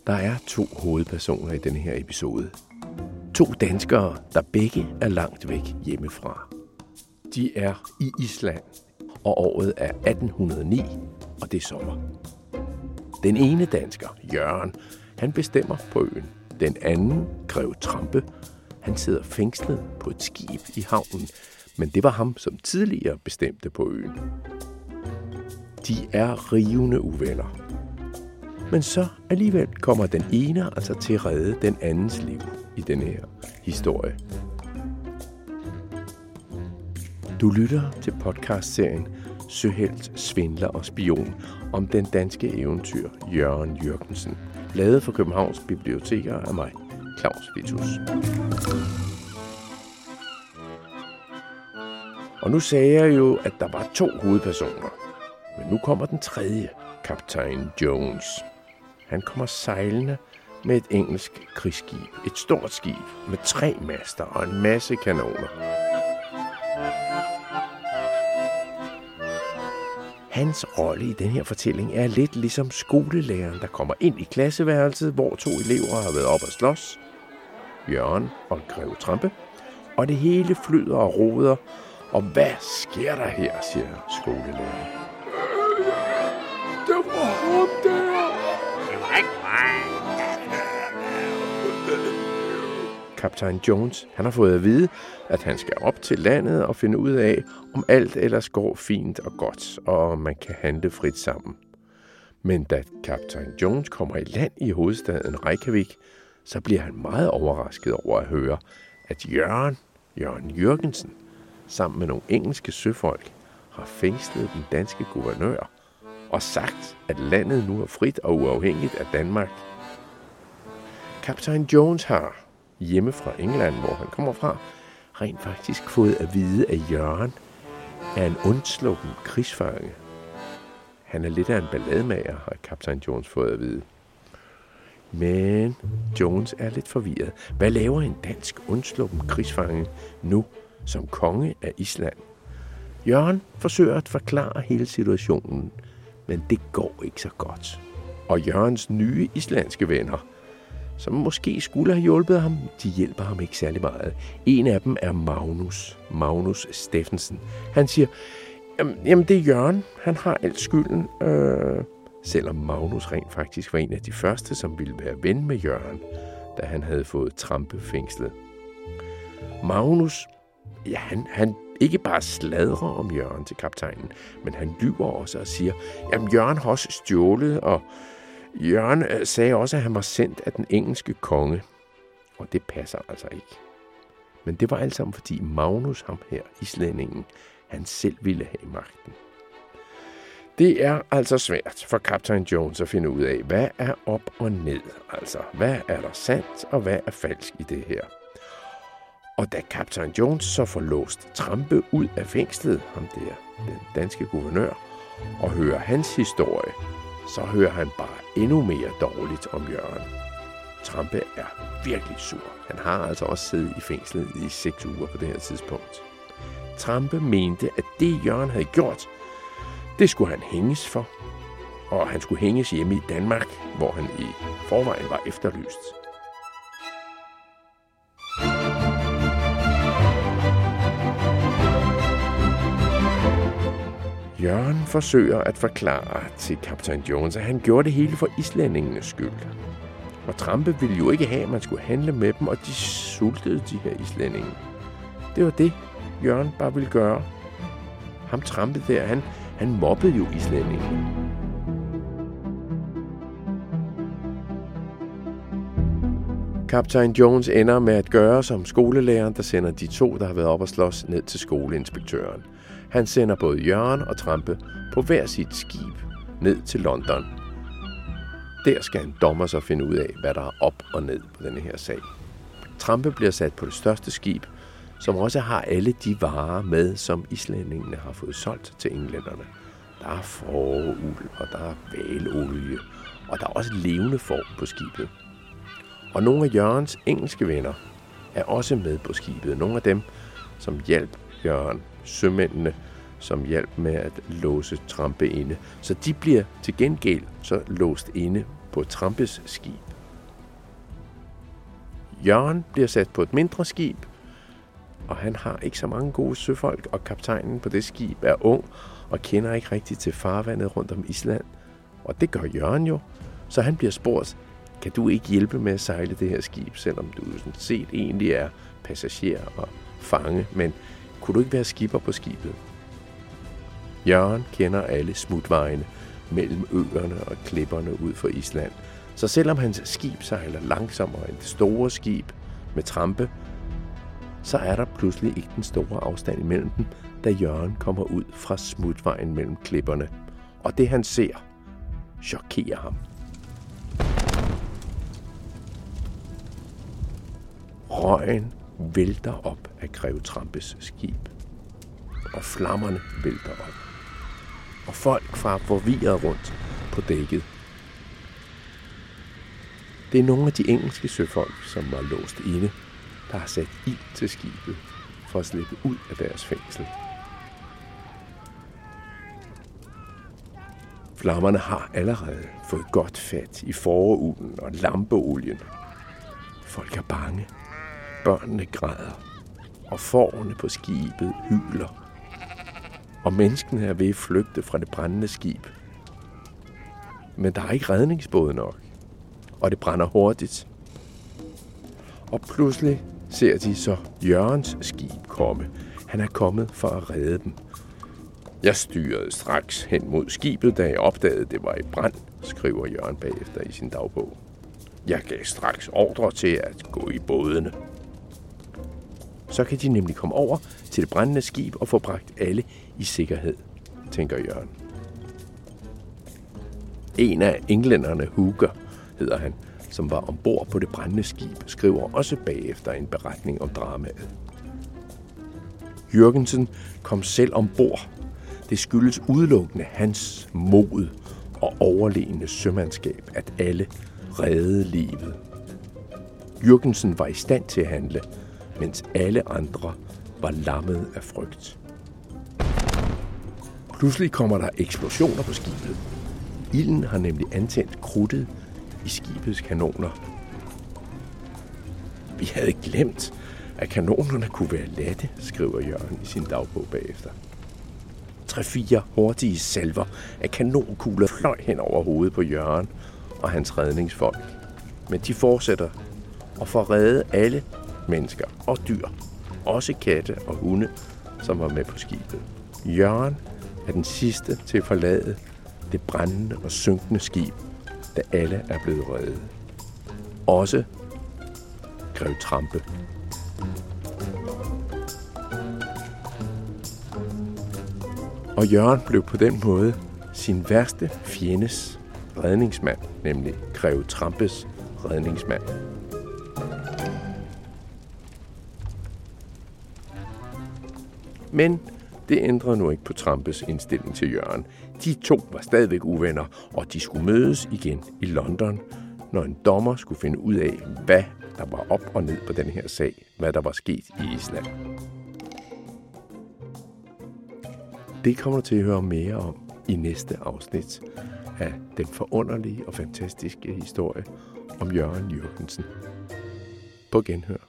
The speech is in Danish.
Der er 2 hovedpersoner i denne her episode. 2 danskere, der begge er langt væk hjemmefra. De er i Island, og året er 1809, og det er sommer. Den ene dansker, Jørgen, han bestemmer på øen. Den anden, Grev Trampe, han sidder fængslet på et skib i havnen, men det var ham, som tidligere bestemte på øen. De er rivende uvenner. Men så alligevel kommer den ene altså til at redde den andens liv i denne her historie. Du lytter til podcastserien Søhelt, Svindler og Spion om den danske eventyr Jørgen Jürgensen, lavet for Københavns Biblioteker af mig, Claus Vitus. Og nu sagde jeg jo, at der var 2 hovedpersoner. Men nu kommer den tredje, kaptajn Jones. Han kommer sejlende med et engelsk krigsskib. Et stort skib med 3 master og en masse kanoner. Hans rolle i den her fortælling er lidt ligesom skolelæreren, der kommer ind i klasseværelset, hvor 2 elever har været op at slås. Jørgen og Grev Trampe. Og det hele flyder og roder. Og hvad sker der her, siger skolelæreren. Det var ham der. Det var ikke mig. Kaptajn Jones, han har fået at vide, at han skal op til landet og finde ud af, om alt ellers går fint og godt, og man kan handle frit sammen. Men da kaptajn Jones kommer i land i hovedstaden Reykjavik, så bliver han meget overrasket over at høre, at Jørgen Jürgensen, sammen med nogle engelske søfolk, har fængslet den danske guvernør og sagt, at landet nu er frit og uafhængigt af Danmark. Kaptajn Jones har hjemme fra England, hvor han kommer fra, rent faktisk fået at vide, at Jørgen er en undsluppen krigsfange. Han er lidt af en ballademager, har kaptajn Jones fået at vide. Men Jones er lidt forvirret. Hvad laver en dansk undsluppen krigsfange nu som konge af Island? Jørgen forsøger at forklare hele situationen, men det går ikke så godt. Og Jørgens nye islandske venner, som måske skulle have hjulpet ham, de hjælper ham ikke særlig meget. En af dem er Magnus Steffensen. Han siger, jamen det er Jørgen, han har alt skylden. Selvom Magnus rent faktisk var en af de første, som ville være ven med Jørgen, da han havde fået Trampe fængslet. Magnus, ja, han ikke bare sladrer om Jørgen til kaptajnen, men han lyver også og siger, jamen Jørgen har også stjålet, og Jørgen sagde også, at han var sendt af den engelske konge. Og det passer altså ikke. Men det var alt sammen, fordi Magnus, ham her, islændingen, han selv ville have magten. Det er altså svært for kaptajn Jones at finde ud af, hvad er op og ned. Altså, hvad er der sandt, og hvad er falsk i det her? Og da kaptajn Jones så får låst Trampe ud af fængslet, ham der, den danske guvernør, og hører hans historie, så hører han bare endnu mere dårligt om Jørgen. Trampe er virkelig sur. Han har altså også siddet i fængslet i 6 uger på det her tidspunkt. Trampe mente, at det Jørgen havde gjort, det skulle han hænges for. Og han skulle hænges hjemme i Danmark, hvor han i forvejen var efterlyst. Jørgen forsøger at forklare til kaptajn Jones, at han gjorde det hele for islændingenes skyld. Og Trampe ville jo ikke have, at man skulle handle med dem, og de sultede de her islændinge. Det var det, Jørgen bare ville gøre. Ham Trampe der, han mobbede jo islændingen. Kaptajn Jones ender med at gøre som skolelæreren, der sender de 2, der har været op og slås, ned til skoleinspektøren. Han sender både Jørgen og Trampe på hver sit skib ned til London. Der skal en dommer så finde ud af, hvad der er op og ned på denne her sag. Trampe bliver sat på det største skib, som også har alle de varer med, som islændingene har fået solgt til englænderne. Der er fåreuld, og der er hvælolie, og der er også levende får på skibet. Og nogle af Jørgens engelske venner er også med på skibet. Nogle af dem, som hjalp Jørgen, sømændene, som hjalp med at låse Trampe inde. Så de bliver til gengæld så låst inde på Trampes skib. Jørgen bliver sat på et mindre skib, og han har ikke så mange gode søfolk, og kaptajnen på det skib er ung og kender ikke rigtigt til farvandet rundt om Island. Og det gør Jørgen jo, så han bliver spurgt, kan du ikke hjælpe med at sejle det her skib, selvom du sådan set egentlig er passager og fange, men kunne du ikke være skipper på skibet? Jørgen kender alle smutvejene mellem øerne og klipperne ud for Island, så selvom hans skib sejler langsommere end det store skib med trampe, så er der pludselig ikke den store afstand imellem dem, da Jørgen kommer ud fra smutvejen mellem klipperne. Og det han ser, chokerer ham. Røgen vælter op af Grev Trampes skib, og flammerne vælter op. Og folk farer forvirret rundt på dækket. Det er nogle af de engelske søfolk, som var låst inde, der har sat ild til skibet for at slippe ud af deres fængsel. Flammerne har allerede fået godt fat i fåreulden og lampeolien. Folk er bange. Børnene græder. Og fårene på skibet hyler. Og menneskene er ved at flygte fra det brændende skib. Men der er ikke redningsbåde nok. Og det brænder hurtigt. Og pludselig ser de så Jørgens skib komme. Han er kommet for at redde dem. Jeg styrede straks hen mod skibet, da jeg opdagede, det var i brand, skriver Jørgen bagefter i sin dagbog. Jeg gav straks ordre til at gå i bådene. Så kan de nemlig komme over til det brændende skib og få bragt alle i sikkerhed, tænker Jørgen. En af englænderne, Hooker, hedder han, som var ombord på det brændende skib, skriver også bagefter en beretning om dramaet. Jürgensen kom selv ombord. Det skyldes udelukkende hans mod og overlegne sømandskab, at alle reddede livet. Jürgensen var i stand til at handle, mens alle andre var lammet af frygt. Pludselig kommer der eksplosioner på skibet. Ilden har nemlig antændt krudtet i skibets kanoner. Vi havde glemt, at kanonerne kunne være latte, skriver Jørgen i sin dagbog bagefter. 3-4 hurtige salver af kanonkugler fløj hen over hovedet på Jørgen og hans redningsfolk. Men de fortsætter og får reddet alle mennesker og dyr, også katte og hunde, som var med på skibet. Jørgen er den sidste til at forlade det brændende og synkende skib, da alle er blevet reddet. Også Grev Trampe. Og Jørgen blev på den måde sin værste fjendes redningsmand, nemlig Grev Trampes redningsmand. Men det ændrede nu ikke på Trampes indstilling til Jørgen. De to var stadigvæk uvenner, og de skulle mødes igen i London, når en dommer skulle finde ud af, hvad der var op og ned på den her sag, hvad der var sket i Island. Det kommer du til at høre mere om i næste afsnit af den forunderlige og fantastiske historie om Jørgen Jürgensen. På genhør.